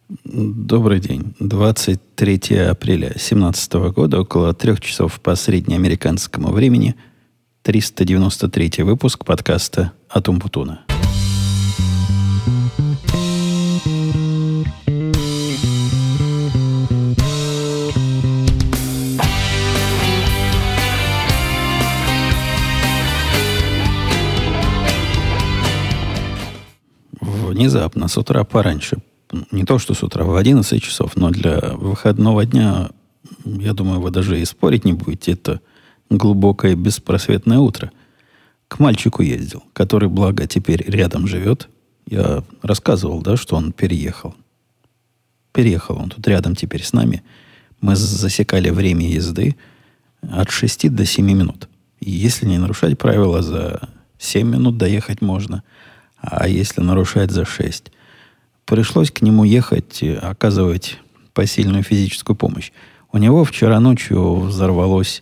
Добрый день. 23 апреля 2017 года, около 3 часов по среднеамериканскому времени, 393 выпуск подкаста от Умпутуна. Внезапно, с утра пораньше, не то что с утра, в 11 часов, но для выходного дня, я думаю, вы даже и спорить не будете, это глубокое беспросветное утро. К мальчику ездил, который, благо, теперь рядом живет. Я рассказывал, да, что он переехал. Переехал он тут рядом теперь с нами. Мы засекали время езды от 6 до 7 минут. И если не нарушать правила, за 7 минут доехать можно, а если нарушать, за 6. Пришлось к нему ехать, оказывать посильную физическую помощь. У него вчера ночью взорвалось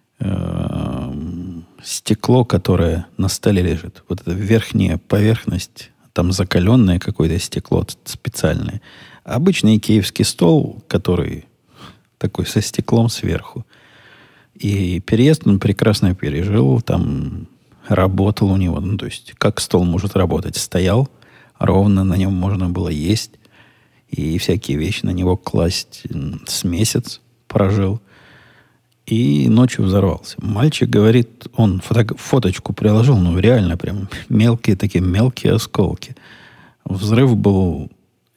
стекло, которое на столе лежит. Вот эта верхняя поверхность, там закаленное какое-то стекло специальное. Обычный икеевский стол, который такой со стеклом сверху. И переезд он прекрасно пережил. Там работал у него. Ну, то есть, как стол может работать? Стоял ровно, на нем можно было есть. И всякие вещи на него класть. С месяц прожил. И ночью взорвался. Мальчик говорит, он фоточку приложил, ну, реально прям мелкие такие, мелкие осколки. Взрыв был...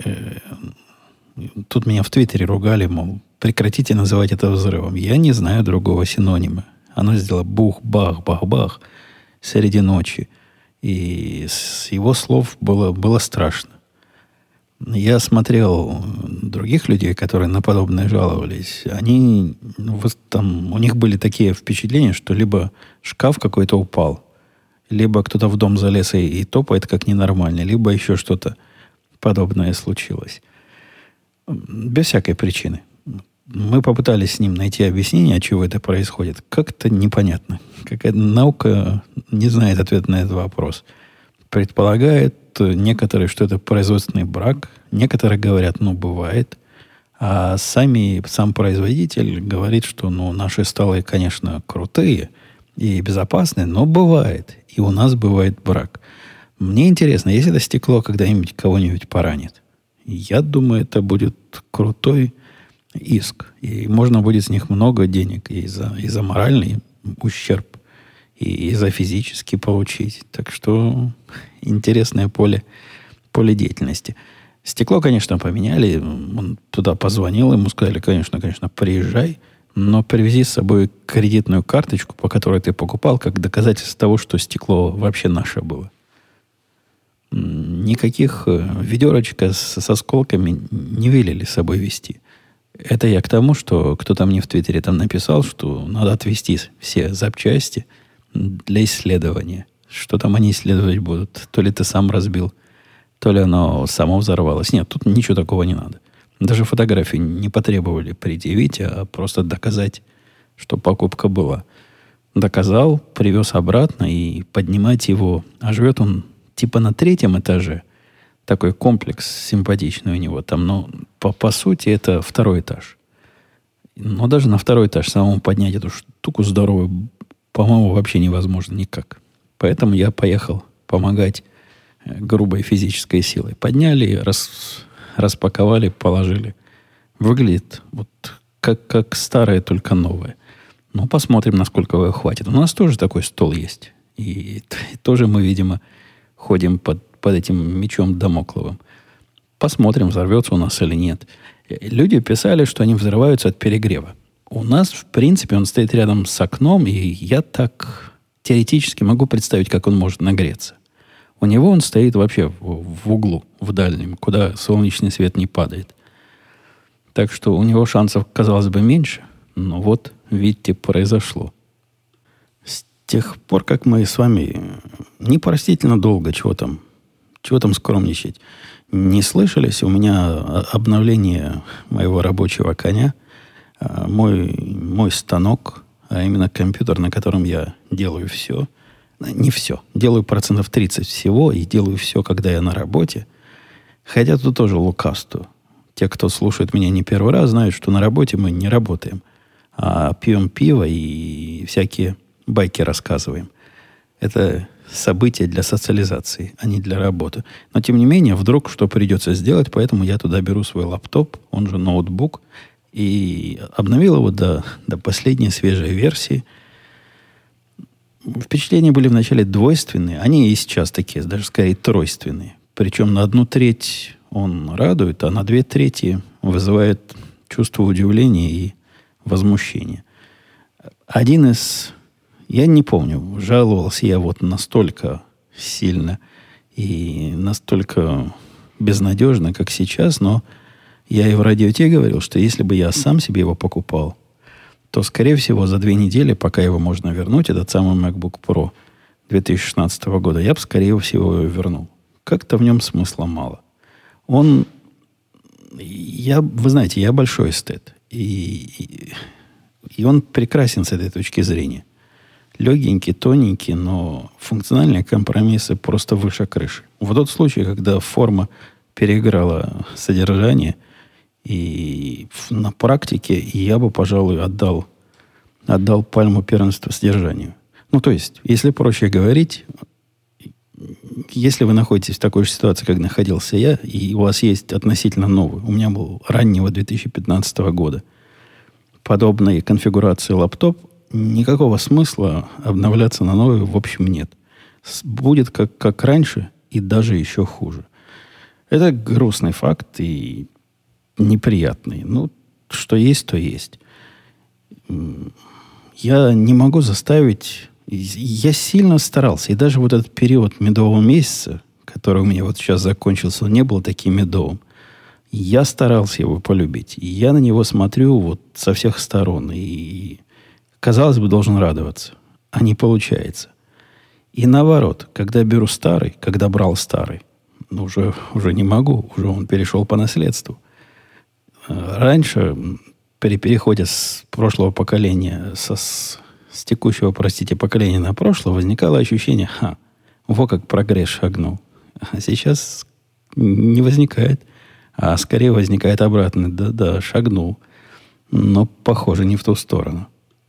Тут меня в Твиттере ругали, мол, прекратите называть это взрывом. Я не знаю другого синонима. Оно сделало бух-бах-бах-бах среди ночи. И с его слов было страшно. Я смотрел других людей, которые на подобное жаловались. Они, вот там, у них были такие впечатления, что либо шкаф какой-то упал, либо кто-то в дом залез и топает как ненормально, либо еще что-то подобное случилось. Без всякой причины. Мы попытались с ним найти объяснение, от чего это происходит. Как-то непонятно. Какая-то наука не знает ответа на этот вопрос. Предполагает некоторые, что это производственный брак. Некоторые говорят, ну, бывает. А сам производитель говорит, что, ну, наши столы, конечно, крутые и безопасные, но бывает. И у нас бывает брак. Мне интересно, если это стекло когда-нибудь кого-нибудь поранит, я думаю, это будет крутой иск. И можно будет с них много денег и за моральный ущерб, и за физический получить. Так что интересное поле деятельности. Стекло, конечно, поменяли. Он туда позвонил, ему сказали, конечно, приезжай, но привези с собой кредитную карточку, по которой ты покупал, как доказательство того, что стекло вообще наше было. Никаких ведерочка с осколками не велели с собой везти. Это я к тому, что кто-то мне в Твиттере там написал, что надо отвезти все запчасти для исследования. Что там они исследовать будут? То ли ты сам разбил, то ли оно само взорвалось. Нет, тут ничего такого не надо. Даже фотографию не потребовали предъявить, а просто доказать, что покупка была. Доказал, привез обратно и поднимать его. А живет он типа на 3-м этаже. Такой комплекс симпатичный у него там. Но по сути это 2-й этаж. Но даже на 2-й этаж самому поднять эту штуку здоровую, по-моему, вообще невозможно никак. Поэтому я поехал помогать грубой физической силой. Подняли, распаковали, положили. Выглядит вот как старое, только новое. Ну, посмотрим, насколько его хватит. У нас тоже такой стол есть. И тоже мы, видимо, ходим под этим мечом дамокловым. Посмотрим, взорвется у нас или нет. Люди писали, что они взрываются от перегрева. У нас, в принципе, он стоит рядом с окном, и я так теоретически могу представить, как он может нагреться. У него он стоит вообще в углу, в дальнем, куда солнечный свет не падает. Так что у него шансов, казалось бы, меньше. Но вот, видите, произошло. С тех пор, как мы с вами непростительно долго, чего там скромничать, не слышались, у меня обновление моего рабочего коня, мой станок, а именно компьютер, на котором я делаю все. Не все. Делаю 30% всего и делаю все, когда я на работе. Хотя тут тоже лукавствую. те, кто слушает меня не первый раз, знают, что на работе мы не работаем, а пьем пиво и всякие байки рассказываем. Это событие для социализации, а не для работы. Но, тем не менее, вдруг что придется сделать, поэтому я туда беру свой лаптоп, он же ноутбук, и обновил его до последней свежей версии. Впечатления были вначале двойственные, они и сейчас такие, даже скорее тройственные. Причем на 1/3 он радует, а на 2/3 вызывает чувство удивления и возмущения. Один из... Я не помню, жаловался я вот настолько сильно и настолько безнадежно, как сейчас, но я и в радио Ти говорил, что если бы я сам себе его покупал, то, скорее всего, за 2 недели, пока его можно вернуть, этот самый MacBook Pro 2016 года, я бы, скорее всего, его вернул. Как-то в нем смысла мало. Вы знаете, я большой эстет. И он прекрасен с этой точки зрения. Легенький, тоненький, но функциональные компромиссы просто выше крыши. В тот случай, когда форма переиграла содержание, и на практике я бы, пожалуй, отдал пальму первенства содержанию. Ну, то есть, если проще говорить, если вы находитесь в такой же ситуации, как находился я, и у вас есть относительно новый, у меня был раннего 2015 года, подобной конфигурации лаптоп, никакого смысла обновляться на новый в общем нет. Будет как раньше и даже еще хуже. Это грустный факт и неприятный. Ну, что есть, то есть. Я не могу заставить... Я сильно старался. И даже вот этот период медового месяца, который у меня вот сейчас закончился, он не был таким медовым. Я старался его полюбить. И я на него смотрю вот со всех сторон. И, казалось бы, должен радоваться. А не получается. И наоборот, когда беру старый, когда брал старый, уже не могу. Уже он перешел по наследству. Раньше, при переходе с прошлого поколения, с текущего, поколения на прошлое, возникало ощущение, как прогресс шагнул. А сейчас не возникает, а скорее возникает обратно. Да, шагнул. Но, похоже, не в ту сторону.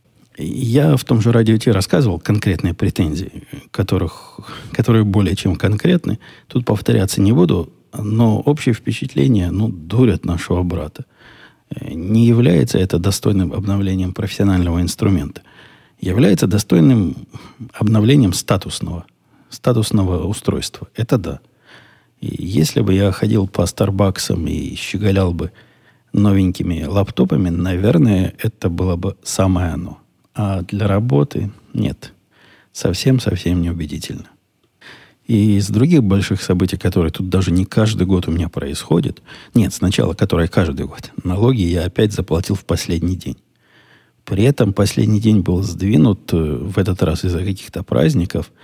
Я в том же радио Ти рассказывал конкретные претензии, которые более чем конкретны. Тут повторяться не буду, но общее впечатление, дурят нашего брата. Не является это достойным обновлением профессионального инструмента. Является достойным обновлением статусного устройства. Это да. И если бы я ходил по Старбаксам и щеголял бы новенькими лаптопами, наверное, это было бы самое оно. А для работы нет. Совсем неубедительно. И из других больших событий, которые тут даже не каждый год у меня происходят, нет, сначала, которые каждый год, налоги я опять заплатил в последний день. При этом последний день был сдвинут в этот раз из-за каких-то праздников.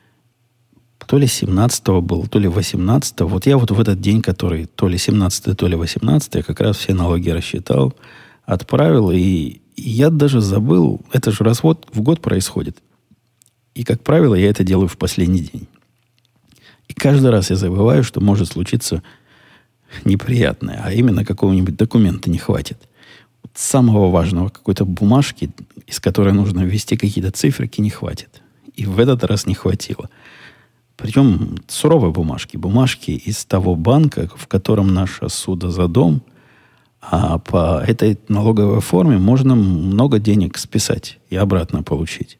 То ли 17-го был, то ли 18-го. Вот я вот в этот день, который то ли 17-й, то ли 18-й, как раз все налоги рассчитал, отправил, и я даже забыл, это же раз в год происходит. И, как правило, я это делаю в последний день. И каждый раз я забываю, что может случиться неприятное, а именно какого-нибудь документа не хватит. Вот самого важного, какой-то бумажки, из которой нужно ввести какие-то циферки, не хватит. И в этот раз не хватило. Причем суровой бумажки из того банка, в котором наше судо за дом, а по этой налоговой форме можно много денег списать и обратно получить.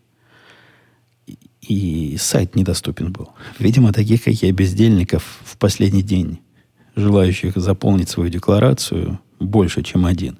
И сайт недоступен был. Видимо, таких, как я, бездельников в последний день, желающих заполнить свою декларацию, больше, чем один.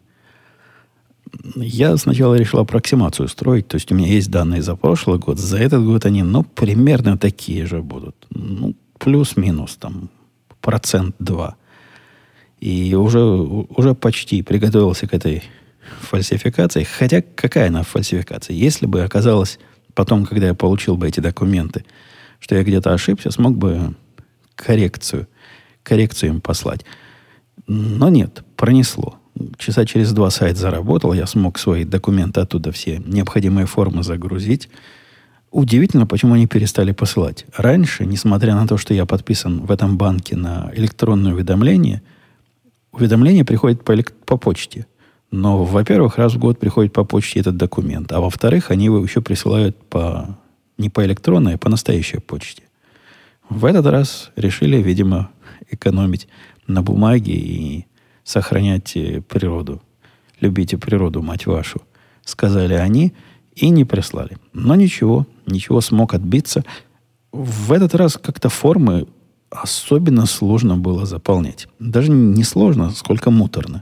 Я сначала решил аппроксимацию строить, то есть у меня есть данные за прошлый год, за этот год они, примерно такие же будут. Плюс-минус, 2%. И уже почти приготовился к этой фальсификации. Хотя какая она фальсификация? Если бы оказалось потом, когда я получил бы эти документы, что я где-то ошибся, смог бы коррекцию им послать. Но нет, пронесло. Часа через 2 сайт заработал, я смог свои документы оттуда все необходимые формы загрузить. Удивительно, почему они перестали посылать. Раньше, несмотря на то, что я подписан в этом банке на электронное уведомление, уведомление приходит по почте. Но, во-первых, раз в год приходит по почте этот документ. А во-вторых, они его еще присылают не по электронной, а по настоящей почте. В этот раз решили, видимо, экономить на бумаге и сохранять природу. Любите природу, мать вашу, сказали они, и не прислали. Но ничего, смог отбиться. В этот раз как-то формы особенно сложно было заполнять. Даже не сложно, сколько муторно.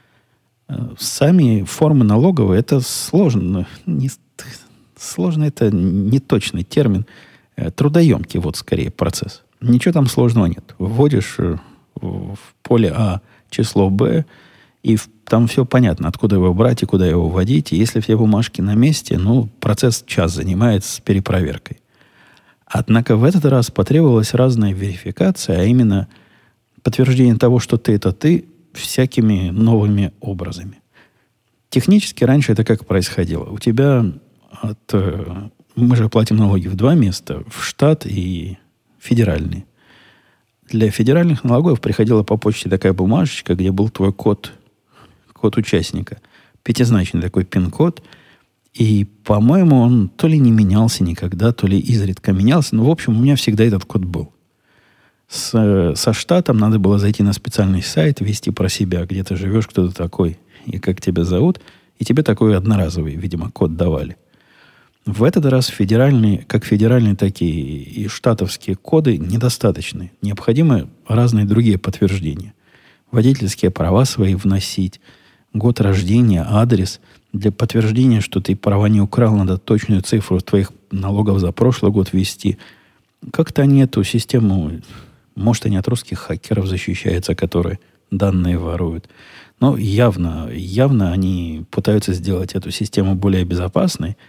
Сами формы налоговые, это сложно. Сложно это не точный термин. Трудоемкий, вот скорее, процесс. Ничего там сложного нет. Вводишь в поле А число Б, и там все понятно, откуда его брать и куда его вводить. И если все бумажки на месте, процесс час занимает с перепроверкой. Однако в этот раз потребовалась разная верификация, а именно подтверждение того, что ты это ты, всякими новыми образами. Технически раньше это как происходило? У тебя мы же платим налоги в два места, в штат и федеральный. Для федеральных налогов приходила по почте такая бумажечка, где был твой код участника. Пятизначный такой пин-код. И, по-моему, он то ли не менялся никогда, то ли изредка менялся. Но, в общем, у меня всегда этот код был. Со штатом надо было зайти на специальный сайт, ввести про себя, где ты живешь, кто ты такой и как тебя зовут. И тебе такой одноразовый, видимо, код давали. В этот раз как федеральные, так и штатовские коды недостаточны. Необходимы разные другие подтверждения. Водительские права свои вносить, год рождения, адрес. Для подтверждения, что ты права не украл, надо точную цифру твоих налогов за прошлый год ввести. Как-то они эту систему, может, они от русских хакеров защищаются, которые данные воруют. Но явно они пытаются сделать эту систему более безопасной.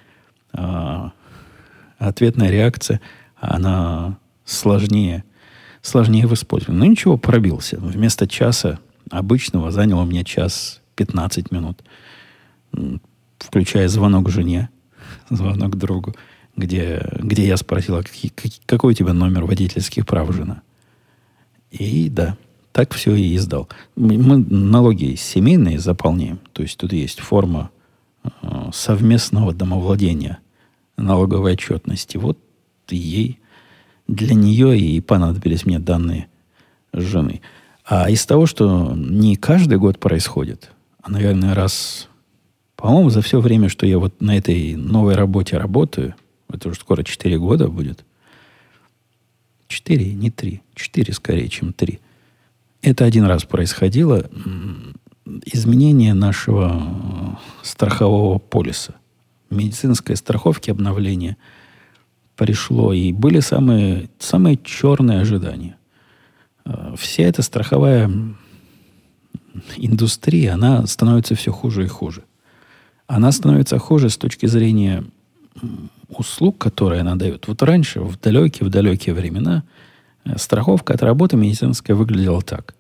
Ответная реакция, она сложнее в использовании. Но ничего, пробился. Вместо часа обычного заняло мне час 15 минут. Включая звонок жене, звонок другу, где я спросил, какой у тебя номер водительских прав, жена. И да, так все и издал. Мы налоги семейные заполняем. То есть тут есть форма совместного домовладения налоговой отчетности. Вот для нее и понадобились мне данные жены. А из того, что не каждый год происходит, а, наверное, по-моему, за все время, что я вот на этой новой работе работаю, это уже скоро 4 года будет. 4, не 3. 4 скорее, чем 3. Это один раз происходило. Изменение нашего страхового полиса. Медицинской страховки обновление пришло. И были самые черные ожидания. Вся эта страховая индустрия, она становится все хуже и хуже. Она становится хуже с точки зрения услуг, которые она дает. Вот раньше, в далекие времена, страховка от работы медицинская выглядела так.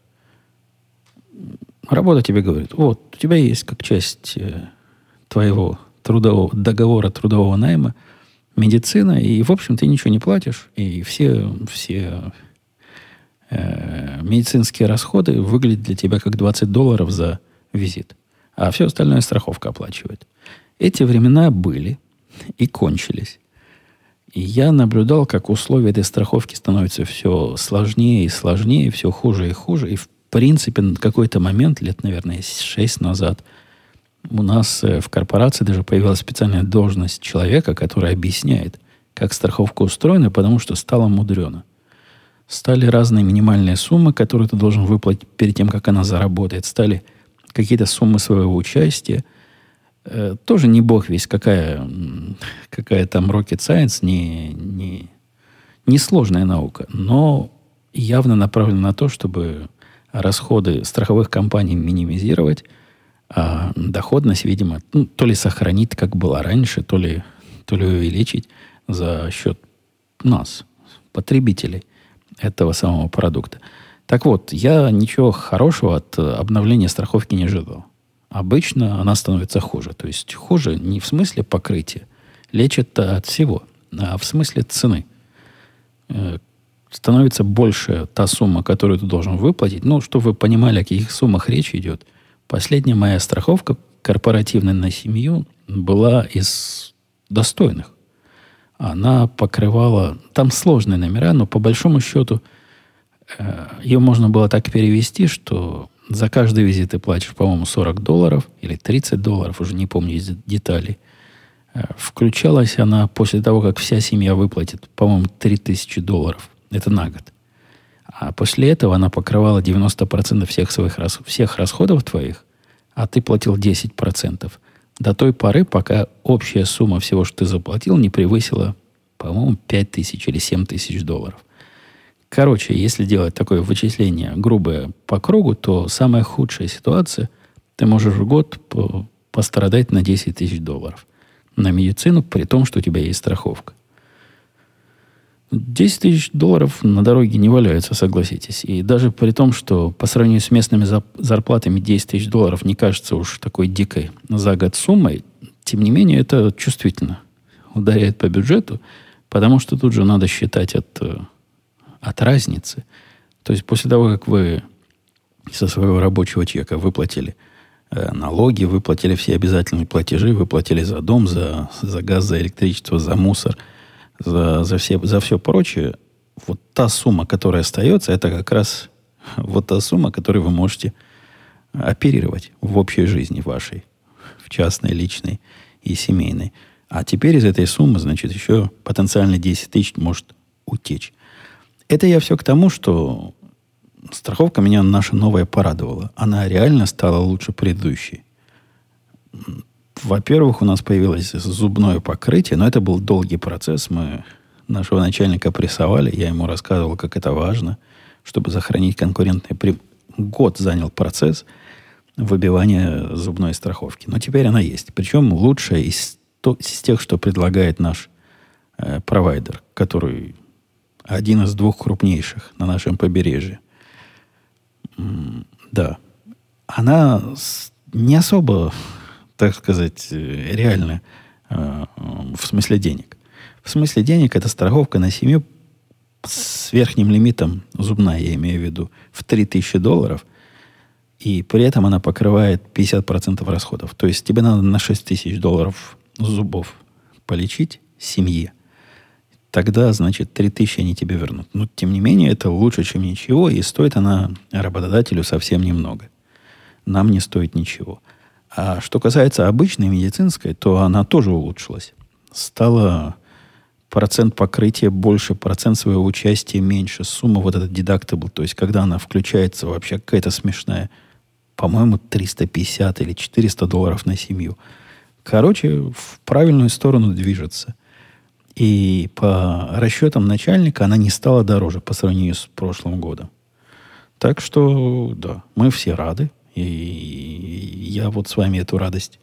Работа тебе говорит, вот, у тебя есть как часть твоего договора трудового найма медицина, и, в общем, ты ничего не платишь, и все медицинские расходы выглядят для тебя как $20 за визит. А все остальное страховка оплачивает. Эти времена были и кончились. И я наблюдал, как условия этой страховки становятся все сложнее и сложнее, все хуже и хуже. И, в принципе, на какой-то момент, лет, наверное, 6 назад, у нас в корпорации даже появилась специальная должность человека, который объясняет, как страховка устроена, потому что стало мудрено. Стали разные минимальные суммы, которые ты должен выплатить перед тем, как она заработает. Стали какие-то суммы своего участия. Тоже не бог весть, какая там rocket science, не сложная наука, но явно направлена на то, чтобы расходы страховых компаний минимизировать, а доходность, видимо, то ли сохранить, как было раньше, то ли увеличить за счет нас, потребителей этого самого продукта. Так вот, я ничего хорошего от обновления страховки не ожидал. Обычно она становится хуже. То есть хуже не в смысле покрытия. Лечит от всего, а в смысле цены. становится больше та сумма, которую ты должен выплатить. Ну, чтобы вы понимали, о каких суммах речь идет. Последняя моя страховка корпоративная на семью была из достойных. Она покрывала... Там сложные номера, но по большому счету ее можно было так перевести, что за каждый визит ты платишь, по-моему, $40 или $30, уже не помню из деталей. Включалась она после того, как вся семья выплатит, по-моему, $3000. Это на год. А после этого она покрывала 90% всех расходов твоих, а ты платил 10%. До той поры, пока общая сумма всего, что ты заплатил, не превысила, по-моему, $5000 или $7000. Короче, если делать такое вычисление грубое по кругу, то самая худшая ситуация, ты можешь в год пострадать на $10 000 на медицину, при том, что у тебя есть страховка. $10 000 на дороге не валяются, согласитесь. И даже при том, что по сравнению с местными зарплатами $10 000 не кажется уж такой дикой за год суммой, тем не менее это чувствительно ударяет по бюджету, потому что тут же надо считать от разницы. То есть после того, как вы со своего рабочего чека выплатили налоги, выплатили все обязательные платежи, выплатили за дом, за газ, за электричество, за мусор, за все прочее, вот та сумма, которая остается, это как раз вот та сумма, которую вы можете оперировать в общей жизни вашей, в частной, личной и семейной. А теперь из этой суммы, значит, еще потенциально 10 000 может утечь. Это я все к тому, что страховка меня наша новая порадовала. Она реально стала лучше предыдущей. Во-первых, у нас появилось зубное покрытие, но это был долгий процесс. Мы нашего начальника прессовали, я ему рассказывал, как это важно, чтобы сохранить конкурентный год занял процесс выбивания зубной страховки. Но теперь она есть. Причем лучшая из тех, что предлагает наш провайдер, который один из двух крупнейших на нашем побережье. Да. Она не особо, так сказать, реально в смысле денег. В смысле денег это страховка на семью с верхним лимитом, зубная, я имею в виду, в $3000, и при этом она покрывает 50% расходов. То есть тебе надо на $6000 зубов полечить семье. Тогда, значит, 3000 они тебе вернут. Но, тем не менее, это лучше, чем ничего, и стоит она работодателю совсем немного. Нам не стоит ничего. А что касается обычной медицинской, то она тоже улучшилась. Стало процент покрытия больше, процент своего участия меньше, сумма вот этот deductible, то есть когда она включается вообще какая-то смешная, по-моему, $350 или $400 на семью. Короче, в правильную сторону движется. И по расчетам начальника она не стала дороже по сравнению с прошлым годом. Так что, да, мы все рады. И я вот с вами эту радость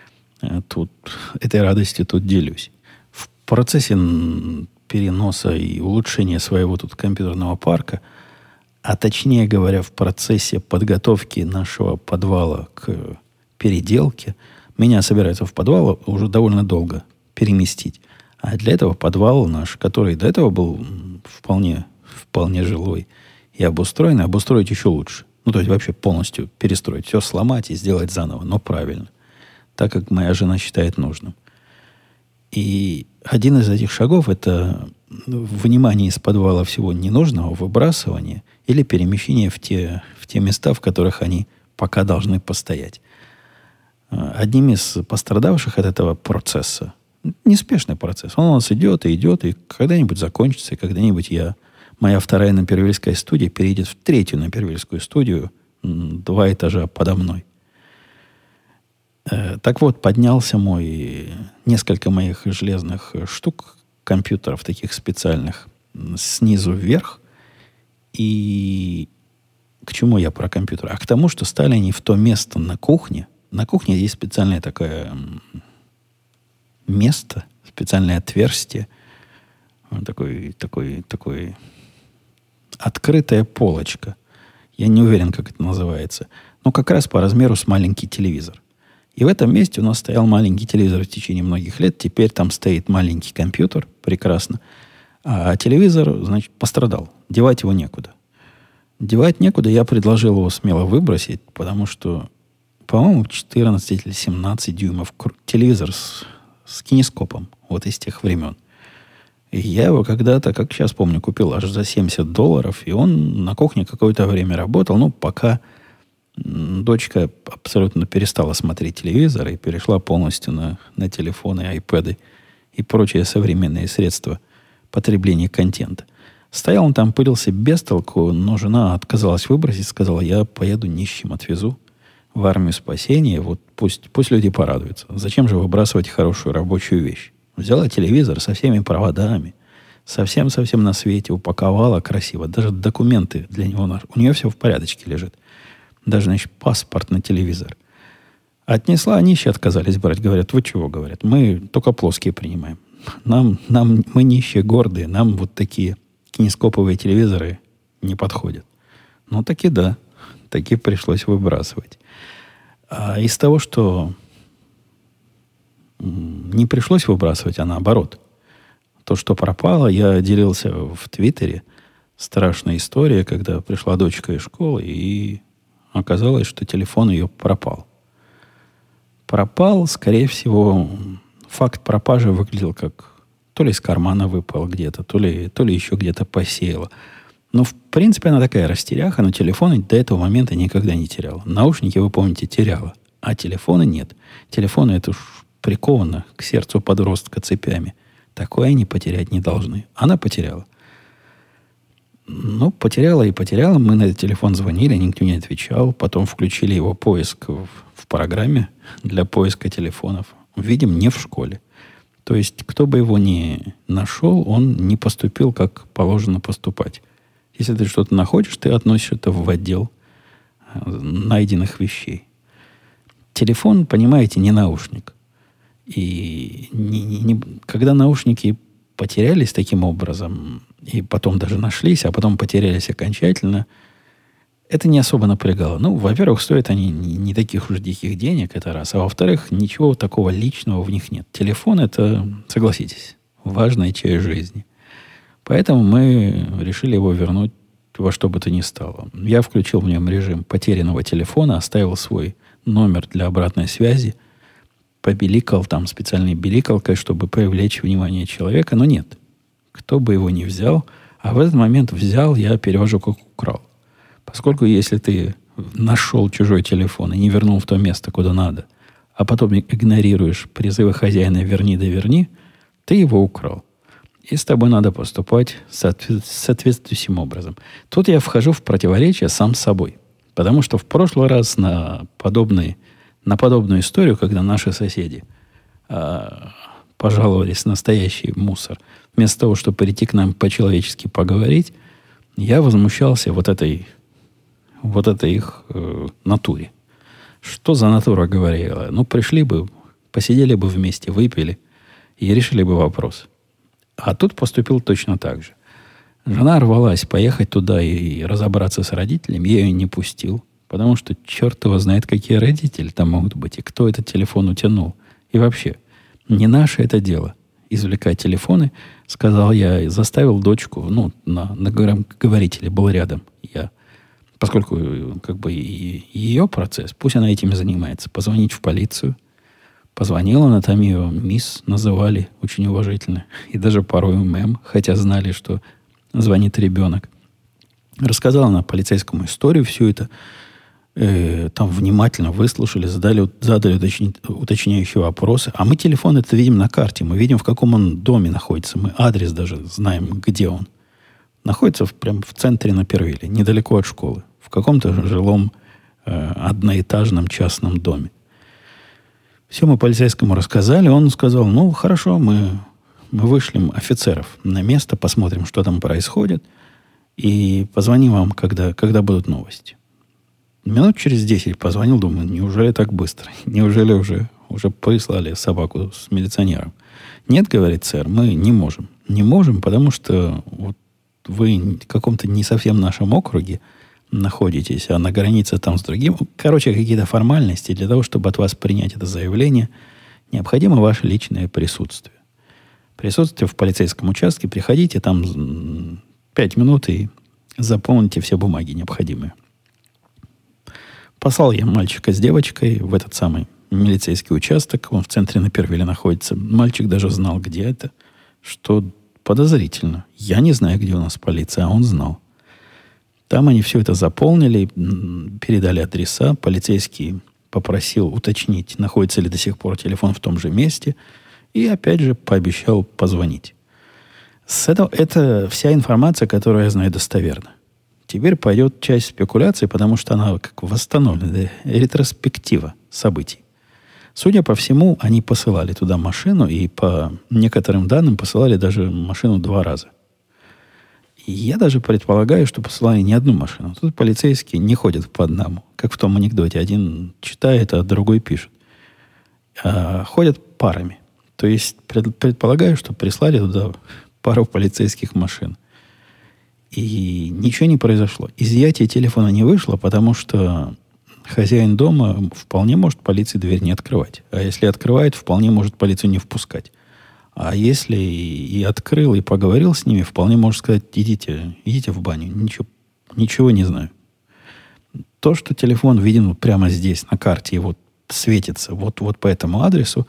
этой радостью тут делюсь. В процессе переноса и улучшения своего тут компьютерного парка, а точнее говоря, в процессе подготовки нашего подвала к переделке, меня собираются в подвал уже довольно долго переместить. А для этого подвал наш, который до этого был вполне жилой и обустроенный, обустроить еще лучше. Ну, то есть вообще полностью перестроить. Все сломать и сделать заново, но правильно. Так, как моя жена считает нужным. И один из этих шагов – это вынимание из подвала всего ненужного, выбрасывание или перемещение в те места, в которых они пока должны постоять. Одним из пострадавших от этого процесса, неспешный процесс. Он у нас идет, и когда-нибудь закончится, и когда-нибудь моя вторая напервильская студия перейдет в третью напервильскую студию, 2 этажа подо мной. Так вот, поднялся несколько моих железных штук, компьютеров таких специальных, снизу вверх. И к чему я про компьютер? А к тому, что стали они в то место на кухне. На кухне есть специальное такое место, специальное отверстие, такой открытая полочка. Я не уверен, как это называется. Но как раз по размеру с маленький телевизор. И в этом месте у нас стоял маленький телевизор в течение многих лет. Теперь там стоит маленький компьютер. Прекрасно. А телевизор, значит, пострадал. Девать его некуда. Девать некуда, я предложил его смело выбросить, потому что, по-моему, 14 или 17 дюймов телевизор с кинескопом, вот из тех времен. И я его когда-то, как сейчас помню, купил аж за $70, и он на кухне какое-то время работал, ну, пока дочка абсолютно перестала смотреть телевизор и перешла полностью на телефоны, айпэды и прочие современные средства потребления контента. Стоял он там, пылился без толку, но жена отказалась выбросить, сказала, я поеду нищим, отвезу в армию спасения, вот пусть люди порадуются. Зачем же выбрасывать хорошую рабочую вещь? Взяла телевизор со всеми проводами, совсем-совсем на свете, упаковала красиво. Даже документы для него, у нее все в порядочке лежит. Даже, значит, паспорт на телевизор. Отнесла, они еще отказались брать. Говорят, вы чего, говорят, мы только плоские принимаем. Мы нищие, гордые, нам вот такие кинескоповые телевизоры не подходят. Ну, таки да, таки пришлось выбрасывать. А из того, что не пришлось выбрасывать, а наоборот. То, что пропало, я делился в Твиттере. Страшная история, когда пришла дочка из школы, и оказалось, что телефон ее пропал. Пропал, скорее всего, факт пропажи выглядел как то ли из кармана выпал где-то, то ли еще где-то посеяло. Но, в принципе, она такая растеряха, но телефоны до этого момента никогда не теряла. Наушники, вы помните, теряла, а телефоны нет. Телефоны это уж приковано к сердцу подростка цепями. Такое они потерять не должны. Она потеряла. Ну, потеряла и потеряла. Мы на этот телефон звонили, никто не отвечал. Потом включили его поиск в программе для поиска телефонов. Видим, не в школе. То есть, кто бы его ни нашел, он не поступил, как положено поступать. Если ты что-то находишь, ты относишь это в отдел найденных вещей. Телефон, понимаете, не наушник. И когда наушники потерялись таким образом, и потом даже нашлись, а потом потерялись окончательно, это не особо напрягало. Ну, во-первых, стоят они не таких уж диких денег, это раз. А во-вторых, ничего такого личного в них нет. Телефон – это, согласитесь, важная часть жизни. Поэтому мы решили его вернуть во что бы то ни стало. Я включил в нем режим потерянного телефона, оставил свой номер для обратной связи, побеликал там специальной беликалкой, чтобы привлечь внимание человека, но нет. Кто бы его ни взял, а в этот момент взял, я перевожу как украл. Поскольку если ты нашел чужой телефон и не вернул в то место, куда надо, а потом игнорируешь призывы хозяина «верни да верни», ты его украл. И с тобой надо поступать соответствующим образом. Тут я вхожу в противоречие сам с собой. Потому что в прошлый раз на подобную историю, когда наши соседи пожаловались на настоящий мусор, вместо того, чтобы прийти к нам по-человечески поговорить, я возмущался вот этой их натуре. Что за натура говорила? Ну, пришли бы, посидели бы вместе, выпили и решили бы вопрос. А тут поступил точно так же. Жена рвалась поехать туда и разобраться с родителями. Я ее не пустил, потому что черт его знает, какие родители там могут быть, и кто этот телефон утянул. И вообще, не наше это дело извлекать телефоны, сказал я, и заставил дочку, на говорителе был рядом я, поскольку как бы и ее процесс, пусть она этим занимается, позвонить в полицию. Позвонила, она там ее мисс называли очень уважительно. И даже порой мэм, хотя знали, что звонит ребенок. Рассказала она полицейскому историю, всю это. Там внимательно выслушали, задали уточняющие вопросы. А мы телефон это видим на карте. Мы видим, в каком он доме находится. Мы адрес даже знаем, где он. Находится прямо в центре на Первиле, недалеко от школы. В каком-то жилом одноэтажном частном доме. Все мы полицейскому рассказали. Он сказал, хорошо, мы вышлем офицеров на место, посмотрим, что там происходит, и позвоним вам, когда будут новости. Минут через 10 позвонил, думаю, неужели так быстро? Неужели уже прислали собаку с милиционером? Нет, говорит сэр, мы не можем. Не можем, потому что вот вы в каком-то не совсем нашем округе находитесь, а на границе там с другим. Короче, какие-то формальности. Для того, чтобы от вас принять это заявление, необходимо ваше личное присутствие. Присутствуйте в полицейском участке, приходите, там 5 минут и заполните все бумаги необходимые. Послал я мальчика с девочкой в этот самый милицейский участок. Он в центре Напервилля находится. Мальчик даже знал, где это, что подозрительно. Я не знаю, где у нас полиция, а он знал. Там они все это заполнили, передали адреса. Полицейский попросил уточнить, находится ли до сих пор телефон в том же месте. И опять же пообещал позвонить. Это вся информация, которую я знаю достоверно. Теперь пойдет часть спекуляций, потому что она как восстановлена, ретроспектива событий. Судя по всему, они посылали туда машину, и по некоторым данным посылали даже машину 2 раза. И я даже предполагаю, что посылали не одну машину. Тут полицейские не ходят по одному. Как в том анекдоте. Один читает, а другой пишет. А ходят парами. То есть предполагаю, что прислали туда пару полицейских машин. И ничего не произошло. Изъятие телефона не вышло, потому что хозяин дома вполне может полиции дверь не открывать. А если открывает, вполне может полицию не впускать. А если и открыл, и поговорил с ними, вполне может сказать, идите в баню. Ничего не знаю. То, что телефон виден прямо здесь, на карте, и вот светится вот по этому адресу,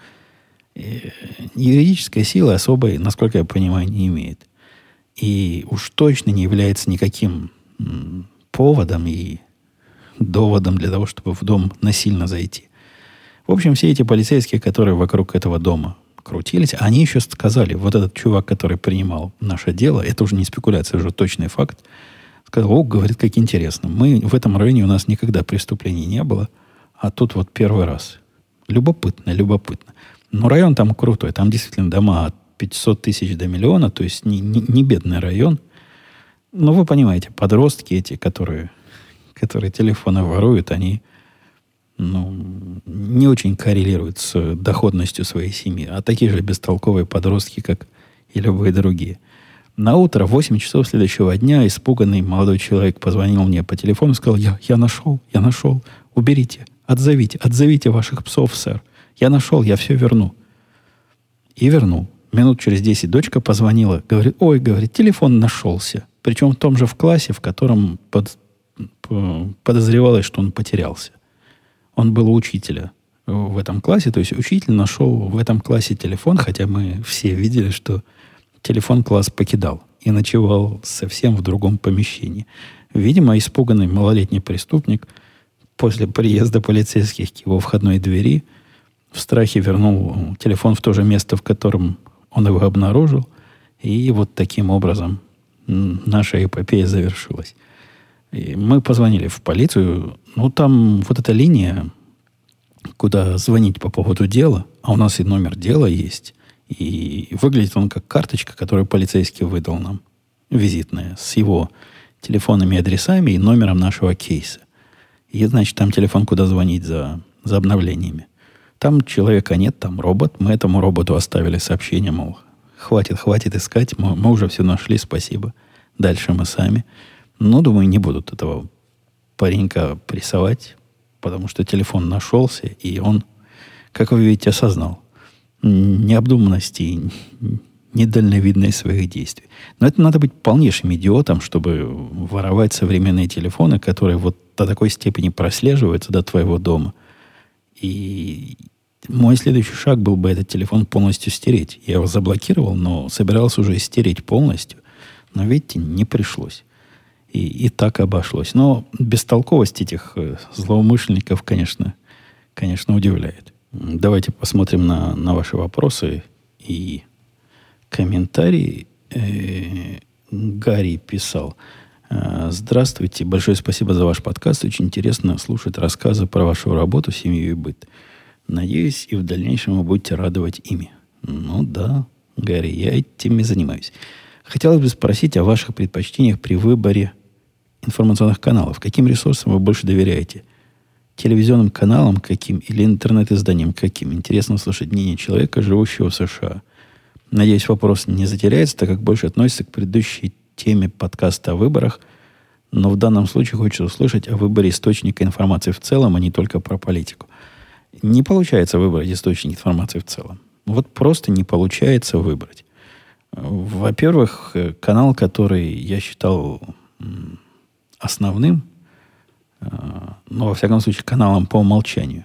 юридической силы особой, насколько я понимаю, не имеет. И уж точно не является никаким поводом и доводом для того, чтобы в дом насильно зайти. В общем, все эти полицейские, которые вокруг этого дома крутились, они еще сказали, вот этот чувак, который принимал наше дело, это уже не спекуляция, уже точный факт, сказал, говорит, как интересно, мы в этом районе у нас никогда преступлений не было, а тут вот первый раз. Любопытно. Но район там крутой, там действительно дома от 500 тысяч до миллиона, то есть не бедный район. Но вы понимаете, подростки эти, которые телефоны воруют, они не очень коррелируют с доходностью своей семьи. А такие же бестолковые подростки, как и любые другие. На утро, в 8 часов следующего дня, испуганный молодой человек позвонил мне по телефону и сказал, я нашел, уберите, отзовите ваших псов, сэр. Я нашел, я все верну. И вернул. Минут через 10 дочка позвонила. Говорит, телефон нашелся. Причем в том же в классе, в котором подозревалось, что он потерялся. Он был у учителя в этом классе. То есть учитель нашел в этом классе телефон, хотя мы все видели, что телефон класс покидал и ночевал совсем в другом помещении. Видимо, испуганный малолетний преступник после приезда полицейских к его входной двери в страхе вернул телефон в то же место, в котором он его обнаружил. И вот таким образом наша эпопея завершилась. И мы позвонили в полицию. Там вот эта линия, куда звонить по поводу дела, а у нас и номер дела есть. И выглядит он как карточка, которую полицейский выдал нам, визитная, с его телефонными адресами и номером нашего кейса. И, значит, там телефон, куда звонить за обновлениями. Там человека нет, там робот. Мы этому роботу оставили сообщение, мол, хватит искать, мы уже все нашли, спасибо. Дальше мы сами. Думаю, не будут этого паренька прессовать, потому что телефон нашелся, и он, как вы видите, осознал необдуманность и недальновидность своих действий. Но это надо быть полнейшим идиотом, чтобы воровать современные телефоны, которые вот до такой степени прослеживаются до твоего дома. И мой следующий шаг был бы этот телефон полностью стереть. Я его заблокировал, но собирался уже стереть полностью. Но, видите, не пришлось. И так обошлось. Но бестолковость этих злоумышленников, конечно, удивляет. Давайте посмотрим на ваши вопросы и комментарии. Гарри писал. Здравствуйте, большое спасибо за ваш подкаст. Очень интересно слушать рассказы про вашу работу, семью и быт. Надеюсь, и в дальнейшем вы будете радовать ими. Да, Гарри, я этим и занимаюсь. Хотелось бы спросить о ваших предпочтениях при выборе информационных каналов. Каким ресурсам вы больше доверяете? Телевизионным каналам каким или интернет-изданиям каким? Интересно услышать мнение человека, живущего в США. Надеюсь, вопрос не затеряется, так как больше относится к предыдущей теме подкаста о выборах, но в данном случае хочется услышать о выборе источника информации в целом, а не только про политику. Не получается выбрать источник информации в целом. Вот просто не получается выбрать. Во-первых, канал, который я считал основным, но, во всяком случае, каналом по умолчанию,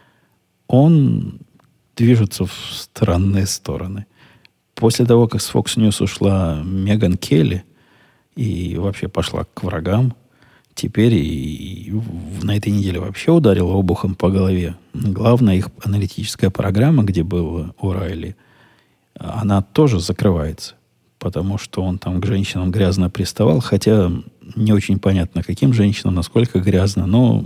он движется в странные стороны. После того, как с Fox News ушла Меган Келли и вообще пошла к врагам, теперь и на этой неделе вообще ударила обухом по голове. Главная их аналитическая программа, где был О'Райли, она тоже закрывается, потому что он там к женщинам грязно приставал, хотя не очень понятно, каким женщинам, насколько грязно, но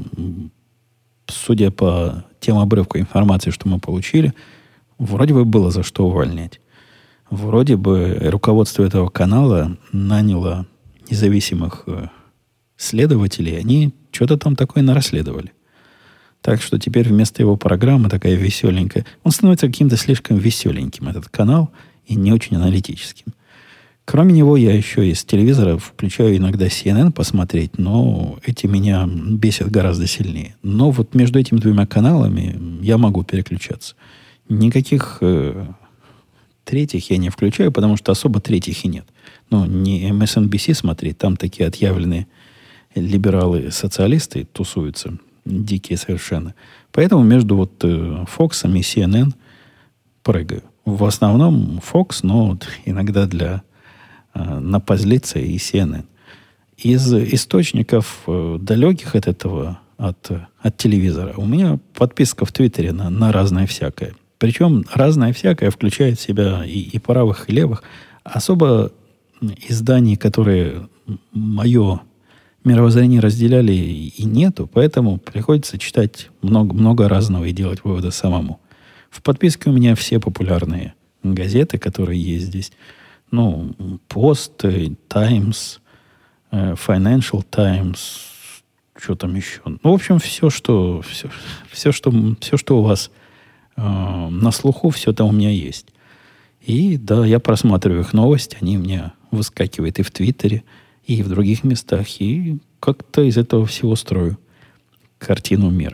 судя по тем обрывкам информации, что мы получили, вроде бы было за что увольнять. Вроде бы руководство этого канала наняло независимых следователей, они что-то там такое нарасследовали. Так что теперь вместо его программы такая веселенькая. Он становится каким-то слишком веселеньким, этот канал, и не очень аналитическим. Кроме него, я еще из телевизора включаю иногда CNN посмотреть, но эти меня бесят гораздо сильнее. Но вот между этими двумя каналами я могу переключаться. Никаких третьих я не включаю, потому что особо третьих и нет. Ну, не MSNBC смотреть, там такие отъявленные либералы-социалисты тусуются, дикие совершенно. Поэтому между вот Fox и CNN прыгаю. В основном Fox, но вот иногда для напозлиться и CNN. Из источников далеких от этого, от телевизора, у меня подписка в Твиттере на разное всякое. Причем разное всякое включает в себя и правых, и левых. Особо изданий, которые мое мировоззрение разделяли, и нету, поэтому приходится читать много разного и делать выводы самому. В подписке у меня все популярные газеты, которые есть здесь. Ну, Пост, Times, Financial Times, что там еще. Ну, в общем, все, что у вас на слуху, все там у меня есть. И да, я просматриваю их новости, они у меня выскакивают и в Твиттере, и в других местах, и как-то из этого всего строю картину мира.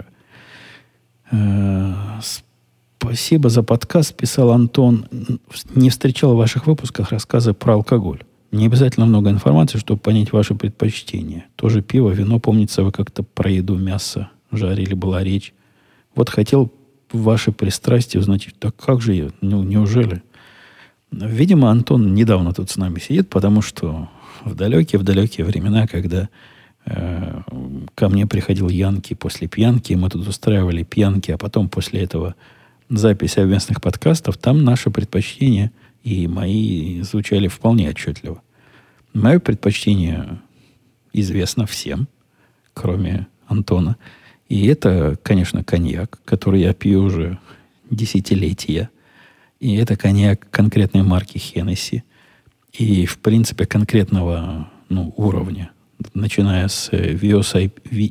Спасибо за подкаст, писал Антон. Не встречал в ваших выпусках рассказы про алкоголь. Не обязательно много информации, чтобы понять ваши предпочтения. Тоже пиво, вино. Помнится, вы как-то про еду, мясо жарили, была речь. Вот хотел ваши пристрастия узнать. Так как же я? Ну, неужели? Видимо, Антон недавно тут с нами сидит, потому что в далекие времена, когда ко мне приходил Янки после пьянки, мы тут устраивали пьянки, а потом после этого запись совместных подкастов, там наши предпочтения и мои звучали вполне отчетливо. Мое предпочтение известно всем, кроме Антона. И это, конечно, коньяк, который я пью уже десятилетия. И это коньяк конкретной марки Хеннесси. И, в принципе, конкретного уровня, начиная с VSOP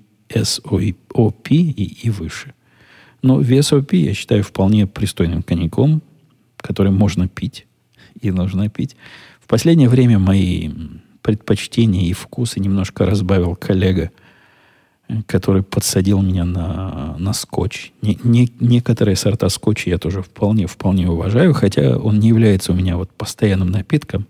и выше. Но VSOP я считаю вполне пристойным коньяком, который можно пить и нужно пить. В последнее время мои предпочтения и вкусы немножко разбавил коллега, который подсадил меня на скотч. Некоторые сорта скотча я тоже вполне уважаю, хотя он не является у меня вот постоянным напитком.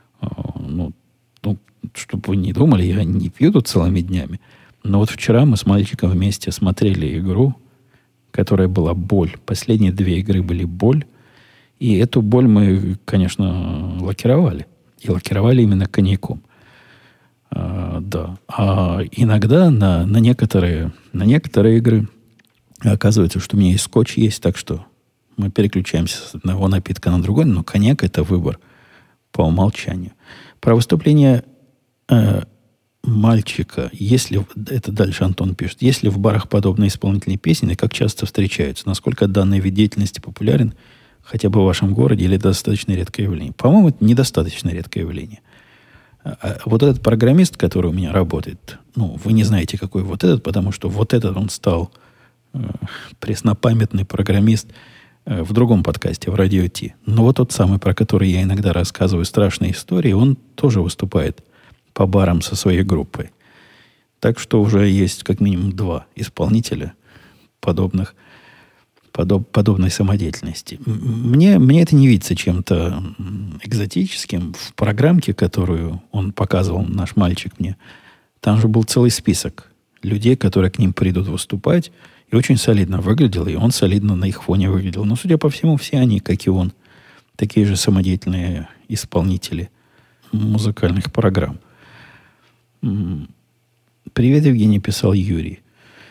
Чтобы вы не думали, я не пью тут целыми днями. Но вот вчера мы с мальчиком вместе смотрели игру, которая была боль. Последние 2 игры были боль. И эту боль мы, конечно, лакировали. И лакировали именно коньяком. Да. А иногда на некоторые игры оказывается, что у меня и скотч есть, так что мы переключаемся с одного напитка на другой, но коньяк – это выбор по умолчанию. Про выступление мальчика, если, это дальше Антон пишет, если в барах подобные исполнительные песни, как часто встречаются, насколько данный вид деятельности популярен хотя бы в вашем городе или достаточно редкое явление? По-моему, это недостаточно редкое явление. Вот этот программист, который у меня работает, вы не знаете, какой вот этот, потому что вот этот он стал преснопамятный программист в другом подкасте, в Радио Ти. Но вот тот самый, про который я иногда рассказываю страшные истории, он тоже выступает по барам со своей группой. Так что уже есть как минимум 2 исполнителя подобных подобной самодеятельности. Мне это не видится чем-то экзотическим. В программке, которую он показывал, наш мальчик мне, там же был целый список людей, которые к ним придут выступать, и очень солидно выглядел, и он солидно на их фоне выглядел. Но, судя по всему, все они, как и он, такие же самодеятельные исполнители музыкальных программ. Привет, Евгений, писал Юрий.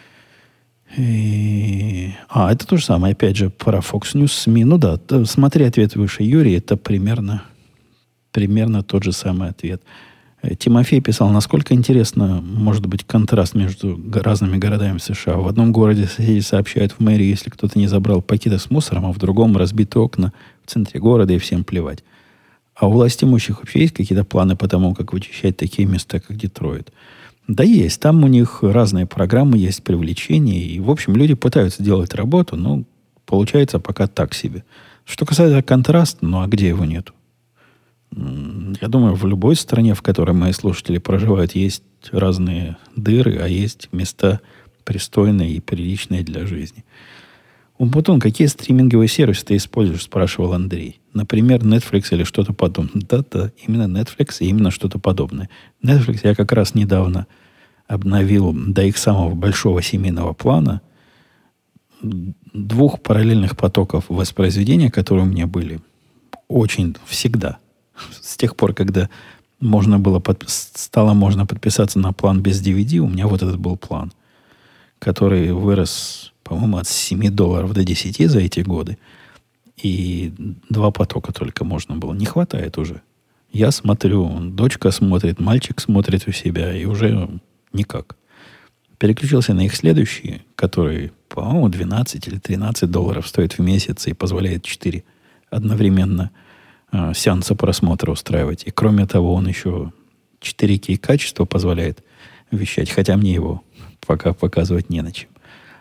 Это то же самое, опять же, про Fox News СМИ. Ну да, смотри ответ выше, Юрий, это примерно тот же самый ответ. Тимофей писал, насколько интересно может быть контраст между разными городами США. В одном городе соседи сообщают в мэрии, если кто-то не забрал пакеты с мусором, а в другом разбиты окна в центре города, и всем плевать. А у властимущих вообще есть какие-то планы по тому, как вычищать такие места, как Детройт? Да есть. Там у них разные программы, есть привлечение. И, в общем, люди пытаются делать работу, но получается пока так себе. Что касается контраста, ну а где его нету? Я думаю, в любой стране, в которой мои слушатели проживают, есть разные дыры, а есть места пристойные и приличные для жизни. Умпутун, какие стриминговые сервисы ты используешь, спрашивал Андрей. Например, Netflix или что-то подобное. Да, именно Netflix и именно что-то подобное. Netflix я как раз недавно обновил до их самого большого семейного плана 2 параллельных потоков воспроизведения, которые у меня были очень всегда. С тех пор, когда стало можно подписаться на план без DVD, у меня вот этот был план, который вырос, по-моему, от $7 до 10 за эти годы. И 2 потока только можно было. Не хватает уже. Я смотрю, дочка смотрит, мальчик смотрит у себя, и уже никак. Переключился на их следующий, который, по-моему, 12 или $13 стоит в месяц и позволяет 4 одновременно сеанса просмотра устраивать. И кроме того, он еще 4К качество позволяет вещать, хотя мне его пока показывать не на чем.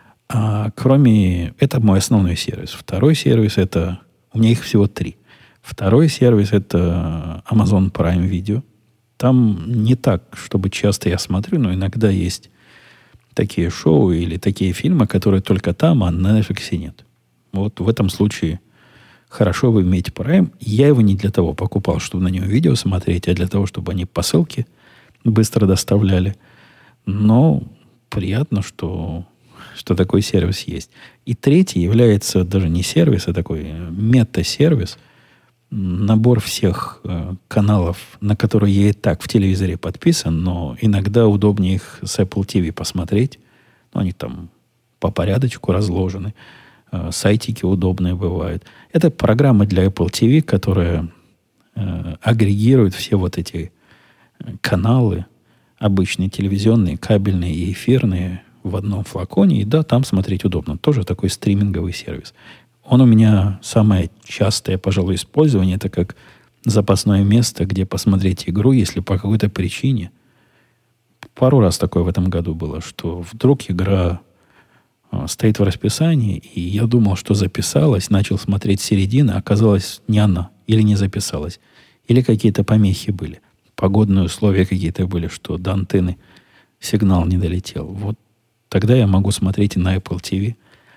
Это мой основной сервис. Второй сервис это... У меня их всего 3. Второй сервис это Amazon Prime Video. Там не так, чтобы часто я смотрю, но иногда есть такие шоу или такие фильмы, которые только там, а на Netflix нет. Вот в этом случае хорошо вы имеете Prime. Я его не для того покупал, чтобы на него видео смотреть, а для того, чтобы они по ссылке быстро доставляли. Но приятно, что такой сервис есть. И третий является даже не сервис, а такой мета-сервис. Набор всех каналов, на которые я и так в телевизоре подписан, но иногда удобнее их с Apple TV посмотреть. Ну, они там по порядочку разложены. Сайтики удобные бывают. Это программа для Apple TV, которая агрегирует все вот эти каналы, обычные телевизионные, кабельные и эфирные, в одном флаконе. И да, там смотреть удобно. Тоже такой стриминговый сервис. Он у меня самое частое, пожалуй, использование. Это как запасное место, где посмотреть игру, если по какой-то причине. Пару раз такое в этом году было, что вдруг игра стоит в расписании, и я думал, что записалась, начал смотреть с середины, а оказалось не она, или не записалась, или какие-то помехи были. Погодные условия какие-то были, что до антенны сигнал не долетел. Вот тогда я могу смотреть и на Apple TV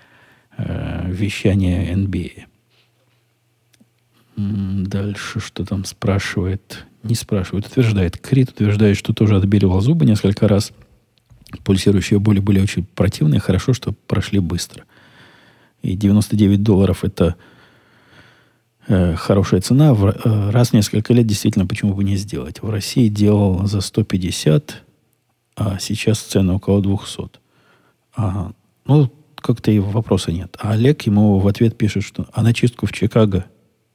вещание NBA. Дальше что там спрашивает? Не спрашивает, утверждает. Крит утверждает, что тоже отбеливал зубы несколько раз. Пульсирующие боли были очень противные. Хорошо, что прошли быстро. И $99 это хорошая цена. Раз в несколько лет действительно почему бы не сделать. В России делал за 150, а сейчас цены около 200. Ну, как-то и вопроса нет. А Олег ему в ответ пишет, что на чистку в Чикаго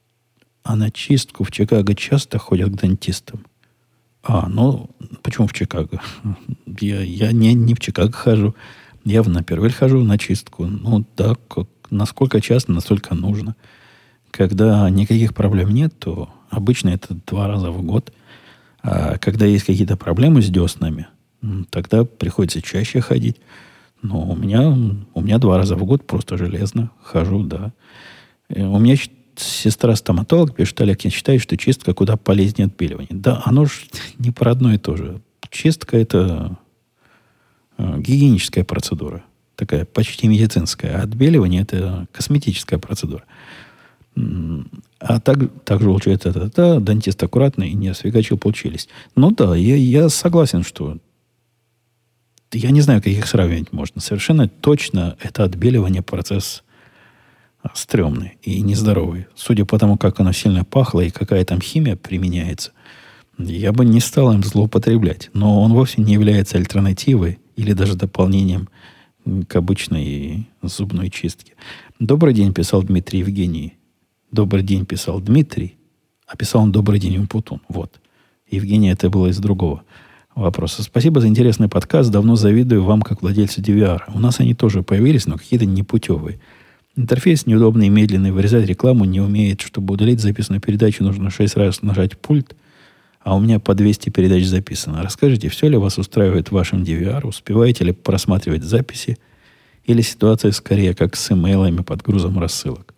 часто ходят к дантистам. Ну, почему в Чикаго? Я не в Чикаго хожу. Я в Напервиль хожу на чистку. Ну, да, насколько часто, настолько нужно. Когда никаких проблем нет, то обычно это 2 раза в год. А когда есть какие-то проблемы с деснами, тогда приходится чаще ходить. Но у меня 2 раза в год просто железно хожу, да. У меня сестра-стоматолог пишет: Олег, я считаю, что чистка куда полезнее отбеливания. Да, оно же не про одно и то же. Чистка – это гигиеническая процедура. такая почти медицинская. Отбеливание – это косметическая процедура. А также получается, дантист аккуратный и не освекачил челюсть. Ну да, я согласен, что я не знаю, как их сравнивать можно. Совершенно точно это отбеливание процесс стрёмный и нездоровый. Судя по тому, как оно сильно пахло и какая там химия применяется, я бы не стал им злоупотреблять. Но он вовсе не является альтернативой или даже дополнением к обычной зубной чистке. «Добрый день», писал Дмитрий Евгений. «Добрый день», писал Дмитрий, а писал он «Добрый день, Умпутун». Вот. Евгений, это было из другого вопроса. «Спасибо за интересный подкаст. Давно завидую вам, как владельцу DVR. У нас они тоже появились, но какие-то непутевые. Интерфейс неудобный и медленный. Вырезать рекламу не умеет. Чтобы удалить записанную передачу, нужно 6 раз нажать пульт. А у меня по 200 передач записано. Расскажите, все ли вас устраивает в вашем DVR? Успеваете ли просматривать записи? Или ситуация скорее как с имейлами под грузом рассылок?»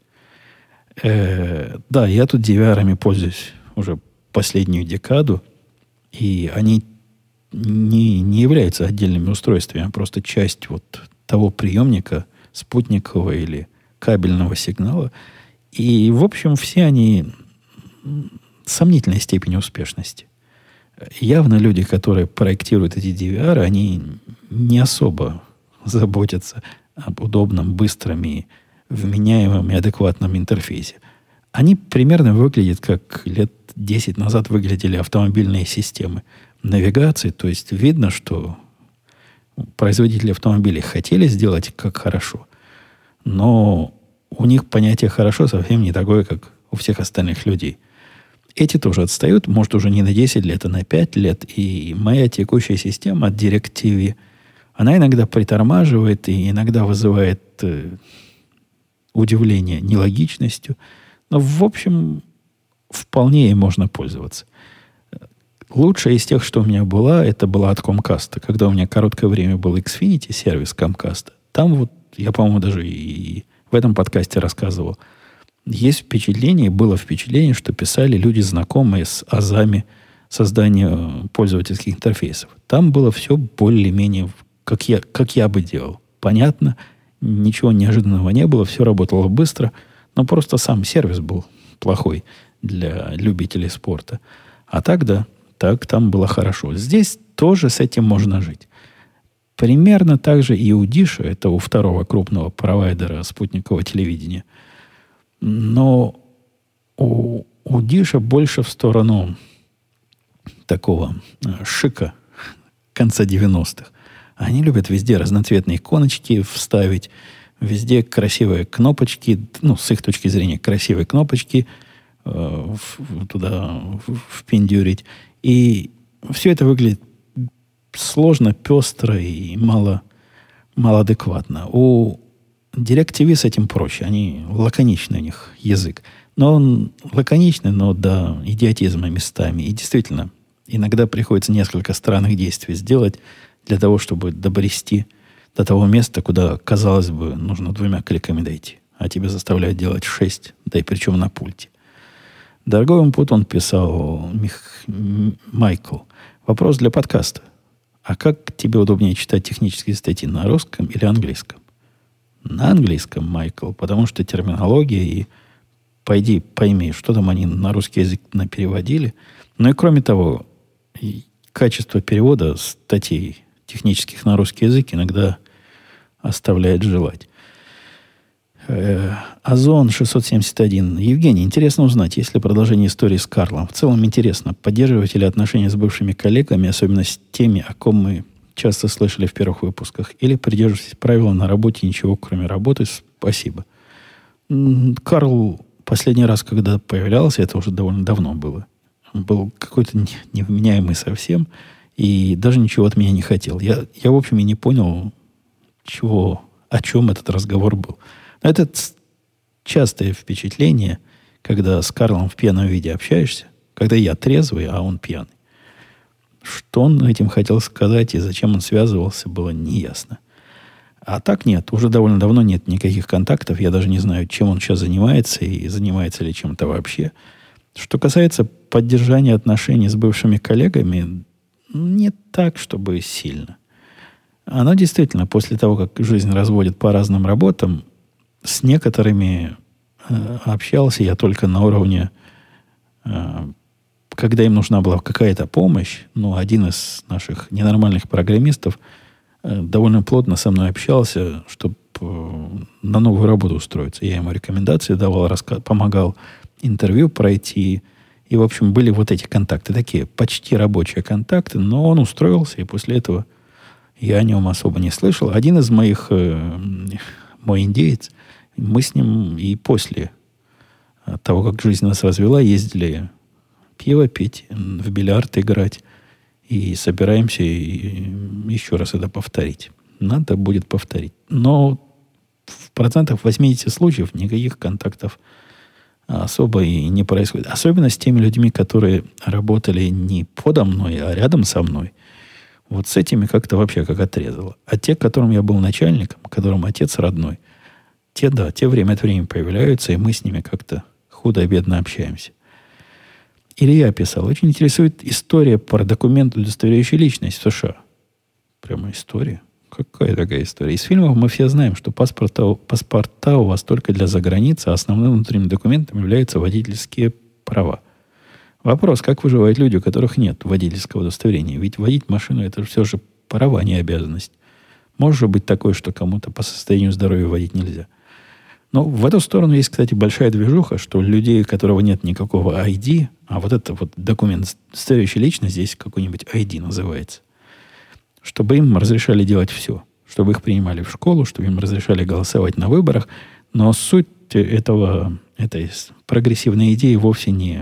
Да, я тут DVR-ами пользуюсь уже последнюю декаду, и они не являются отдельными устройствами, а просто часть вот того приемника спутникового или кабельного сигнала. И, в общем, все они сомнительной степени успешности. Явно люди, которые проектируют эти DVR, они не особо заботятся об удобном, быстром и вменяемом и адекватном интерфейсе. Они примерно выглядят, как лет 10 назад выглядели автомобильные системы навигации. То есть видно, что производители автомобилей хотели сделать как хорошо, но у них понятие «хорошо» совсем не такое, как у всех остальных людей. Эти тоже отстают, может, уже не на 10 лет, а на 5 лет. И моя текущая система от DirecTV, она иногда притормаживает и иногда вызывает удивление нелогичностью. Но, в общем, вполне ей можно пользоваться. Лучшая из тех, что у меня была, это была от Comcast. Когда у меня короткое время был Xfinity, сервис Comcast, там вот, я, по-моему, даже и в этом подкасте рассказывал, было впечатление, что писали люди, знакомые с азами создания пользовательских интерфейсов. Там было все более-менее, как я бы делал. Понятно, ничего неожиданного не было, все работало быстро, но просто сам сервис был плохой для любителей спорта. А так, да, так там было хорошо. Здесь тоже с этим можно жить. Примерно так же и у Диша, это у второго крупного провайдера спутникового телевидения. Но у Диша больше в сторону такого шика конца 90-х. Они любят везде разноцветные иконочки вставить, везде красивые кнопочки, с их точки зрения, красивые кнопочки туда впендюрить. И все это выглядит сложно, пестро и малоадекватно. У DirecTV с этим проще. Они лаконичный у них язык. Но он лаконичный, но до идиотизма местами. И действительно, иногда приходится несколько странных действий сделать для того, чтобы добрести до того места, куда, казалось бы, нужно 2 кликами дойти. А тебя заставляют делать 6, да и причем на пульте. Дорогой инпут, он писал Майкл. Вопрос для подкаста. А как тебе удобнее читать технические статьи, на русском или английском? На английском, Майкл, потому что терминология и пойми, что там они на русский язык переводили. Ну и кроме того, качество перевода статей технических на русский язык иногда оставляет желать. Озон 671. Евгений, интересно узнать, есть ли продолжение истории с Карлом. В целом интересно, поддерживаете ли отношения с бывшими коллегами, особенно с теми, о ком мы часто слышали в первых выпусках, или придерживаетесь правила на работе ничего, кроме работы? Спасибо. Карл последний раз, когда появлялся, это уже довольно давно было. Он был какой-то невменяемый совсем, и даже ничего от меня не хотел. Я в общем, и не понял, о чем этот разговор был. Но это частое впечатление, когда с Карлом в пьяном виде общаешься, когда я трезвый, а он пьяный. Что он этим хотел сказать и зачем он связывался, было неясно. А так нет, уже довольно давно нет никаких контактов. Я даже не знаю, чем он сейчас занимается и занимается ли чем-то вообще. Что касается поддержания отношений с бывшими коллегами, не так, чтобы сильно. Оно действительно, после того, как жизнь разводит по разным работам, с некоторыми общался я только на уровне, когда им нужна была какая-то помощь. Ну, один из наших ненормальных программистов довольно плотно со мной общался, чтобы на новую работу устроиться. Я ему рекомендации давал, помогал интервью пройти. И, в общем, были вот эти контакты, такие почти рабочие контакты, но он устроился, и после этого я о нем особо не слышал. Один из моих, мой индеец, мы с ним и после того, как жизнь нас развела, ездили пиво пить, в бильярд играть. И собираемся еще раз это повторить. Надо будет повторить. Но в процентах 80 случаев никаких контактов особо и не происходит. Особенно с теми людьми, которые работали не подо мной, а рядом со мной. Вот с этими как-то вообще как отрезало. А те, которым я был начальником, которым отец родной, те, да, те время от времени появляются, и мы с ними как-то худо-бедно общаемся. Илья писал, очень интересует история про документ, удостоверяющий личность в США. Прямо история? Какая такая история? Из фильмов мы все знаем, что паспорта у вас только для заграницы, а основным внутренним документом являются водительские права. Вопрос, как выживают люди, у которых нет водительского удостоверения? Ведь водить машину – это все же права, не обязанность. Может же быть такое, что кому-то по состоянию здоровья водить нельзя. Но в эту сторону есть, кстати, большая движуха, что людей, у которого нет никакого ID, а вот это вот документ, удостоверяющий личность, здесь какой-нибудь ID называется, чтобы им разрешали делать все, чтобы их принимали в школу, чтобы им разрешали голосовать на выборах. Но суть этой прогрессивной идеи вовсе не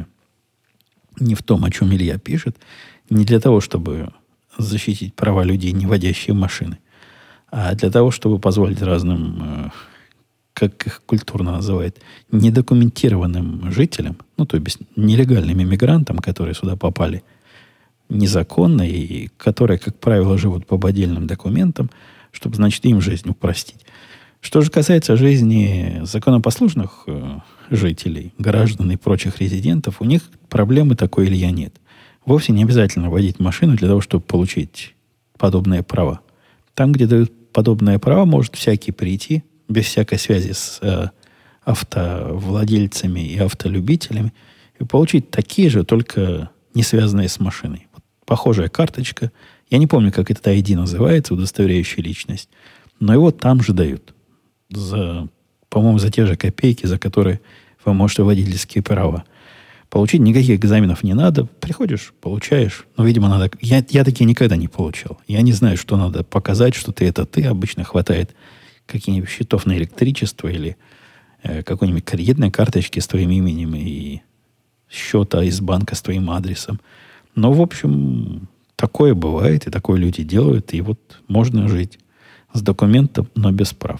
в том, о чем Илья пишет, не для того, чтобы защитить права людей, не водящие машины, а для того, чтобы позволить разным, как их культурно называют, недокументированным жителям, ну, то есть нелегальным иммигрантам, которые сюда попали незаконно и которые, как правило, живут по поддельным документам, чтобы, значит, им жизнь упростить. Что же касается жизни законопослушных жителей, граждан и прочих резидентов, у них проблемы такой, Илья, нет. Вовсе не обязательно водить машину для того, чтобы получить подобные права. Там, где дают подобные права, может всякий прийти, без всякой связи с автовладельцами и автолюбителями, и получить такие же, только не связанные с машиной. Вот похожая карточка. Я не помню, как этот ID называется, удостоверяющий личность, но его там же дают. По-моему, за те же копейки, за которые вы можете водительские права получить. Никаких экзаменов не надо. Приходишь, получаешь. Но, видимо, надо... Я такие никогда не получал. Я не знаю, что надо показать, что ты это ты. Обычно хватает каких-нибудь счетов на электричество или какой-нибудь кредитной карточки с твоим именем и счета из банка с твоим адресом. Но, в общем, такое бывает, и такое люди делают. И вот можно жить с документом, но без прав.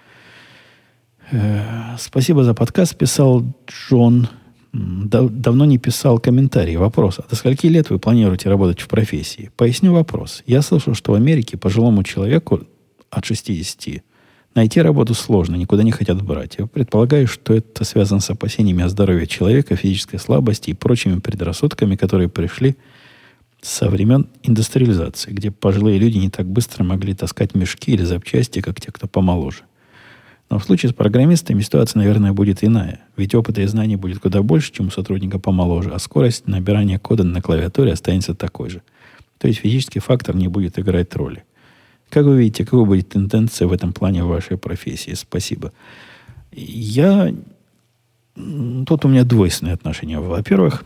Спасибо за подкаст, писал Джон. Давно не писал комментарий. Вопрос. А до скольки лет вы планируете работать в профессии? Поясню вопрос. Я слышал, что в Америке пожилому человеку от 60 найти работу сложно, никуда не хотят брать. Я предполагаю, что это связано с опасениями о здоровье человека, физической слабости и прочими предрассудками, которые пришли со времен индустриализации, где пожилые люди не так быстро могли таскать мешки или запчасти, как те, кто помоложе. Но в случае с программистами ситуация, наверное, будет иная. Ведь опыта и знаний будет куда больше, чем у сотрудника помоложе, а скорость набирания кода на клавиатуре останется такой же. То есть физический фактор не будет играть роли. Как вы видите, какой будет тенденция в этом плане в вашей профессии? Спасибо. Тут у меня двойственные отношения. Во-первых,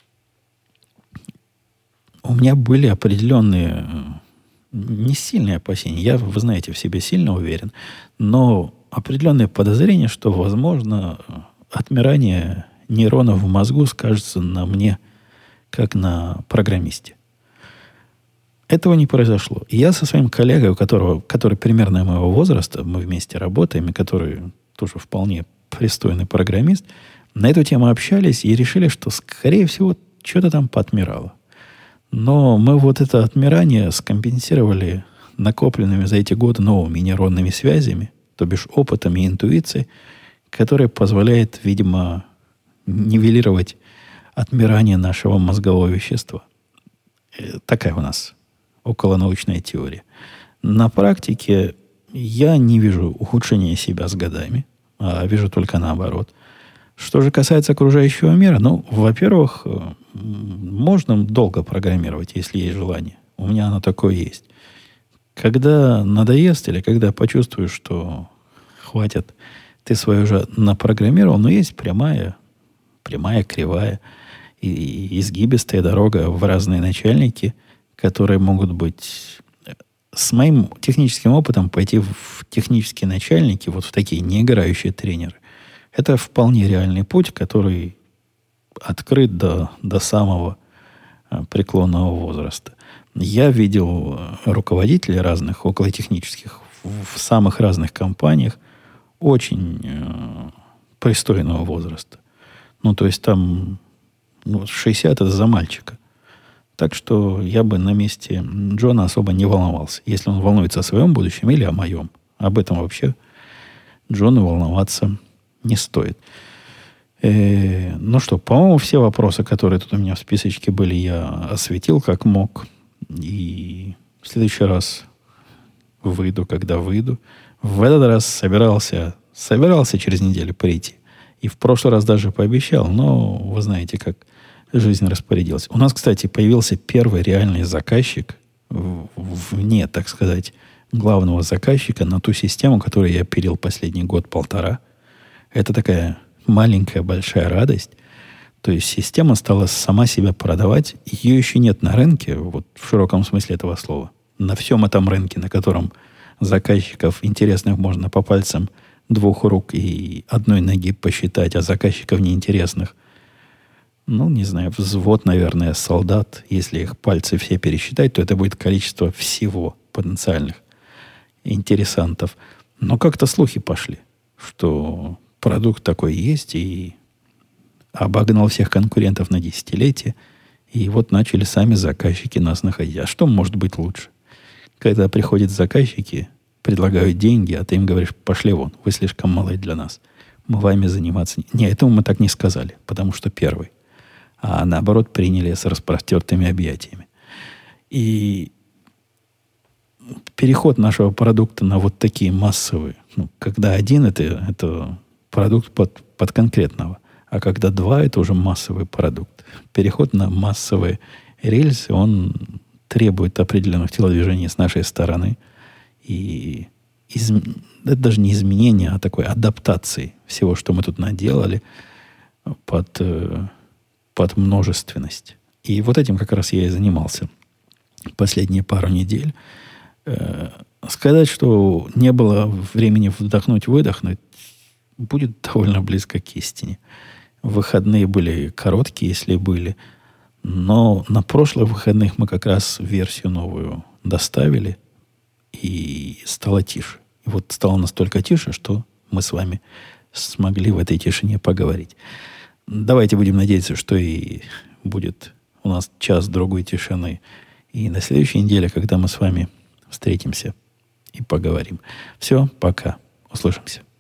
у меня были определенные не сильные опасения. Я, вы знаете, в себе сильно уверен, но определенные подозрения, что, возможно, отмирание нейронов в мозгу скажется на мне, как на программисте. Этого не произошло. И я со своим коллегой, который примерно моего возраста, мы вместе работаем, и который тоже вполне пристойный программист, на эту тему общались и решили, что, скорее всего, что-то там поотмирало. Но мы вот это отмирание скомпенсировали накопленными за эти годы новыми нейронными связями, то бишь опытом и интуицией, которая позволяет, видимо, нивелировать отмирание нашего мозгового вещества. Такая у нас околонаучная теория. На практике я не вижу ухудшения себя с годами, а вижу только наоборот. Что же касается окружающего мира, ну, во-первых, можно долго программировать, если есть желание. У меня оно такое есть. Когда надоест или когда почувствуешь, что хватит, ты свое уже напрограммировал, но есть прямая, кривая и изгибистая дорога в разные начальники, которые могут быть с моим техническим опытом пойти в технические начальники, вот в такие неиграющие тренеры. Это вполне реальный путь, который открыт до самого преклонного возраста. Я видел руководителей разных околотехнических в самых разных компаниях очень пристойного возраста. Ну, то есть там 60 это за мальчика. Так что я бы на месте Джона особо не волновался. Если он волнуется о своем будущем или о моем. Об этом вообще Джону волноваться не стоит. Ну что, по-моему, все вопросы, которые тут у меня в списочке были, я осветил как мог. И в следующий раз выйду, когда выйду. В этот раз собирался через неделю прийти. И в прошлый раз даже пообещал, но вы знаете, как жизнь распорядилась. У нас, кстати, появился первый реальный заказчик вне, так сказать, главного заказчика на ту систему, которую я пилил последний год-полтора. Это такая маленькая большая радость. То есть система стала сама себя продавать. Ее еще нет на рынке, вот в широком смысле этого слова. На всем этом рынке, на котором заказчиков интересных можно по пальцам двух рук и одной ноги посчитать, а заказчиков неинтересных, ну, не знаю, взвод, наверное, солдат. Если их пальцы все пересчитать, то это будет количество всего потенциальных интересантов. Но как-то слухи пошли, что продукт такой есть и обогнал всех конкурентов на десятилетие. И вот начали сами заказчики нас находить. А что может быть лучше? Когда приходят заказчики, предлагают деньги, а ты им говоришь: пошли вон, вы слишком малы для нас. Мы вами заниматься... Не, этому мы так не сказали, потому что первый. А наоборот, приняли с распростертыми объятиями. И переход нашего продукта на вот такие массовые, когда один это продукт под конкретного, а когда два, это уже массовый продукт. Переход на массовые рельсы, он требует определенных телодвижений с нашей стороны. И это даже не изменение, а такой адаптации всего, что мы тут наделали под множественность. И вот этим как раз я и занимался последние пару недель. Сказать, что не было времени вдохнуть-выдохнуть, будет довольно близко к истине. Выходные были короткие, если были. Но на прошлых выходных мы как раз версию новую доставили, и стало тише. И вот стало настолько тише, что мы с вами смогли в этой тишине поговорить. Давайте будем надеяться, что и будет у нас час-другой тишины и на следующей неделе, когда мы с вами встретимся и поговорим. Все, пока. Услышимся.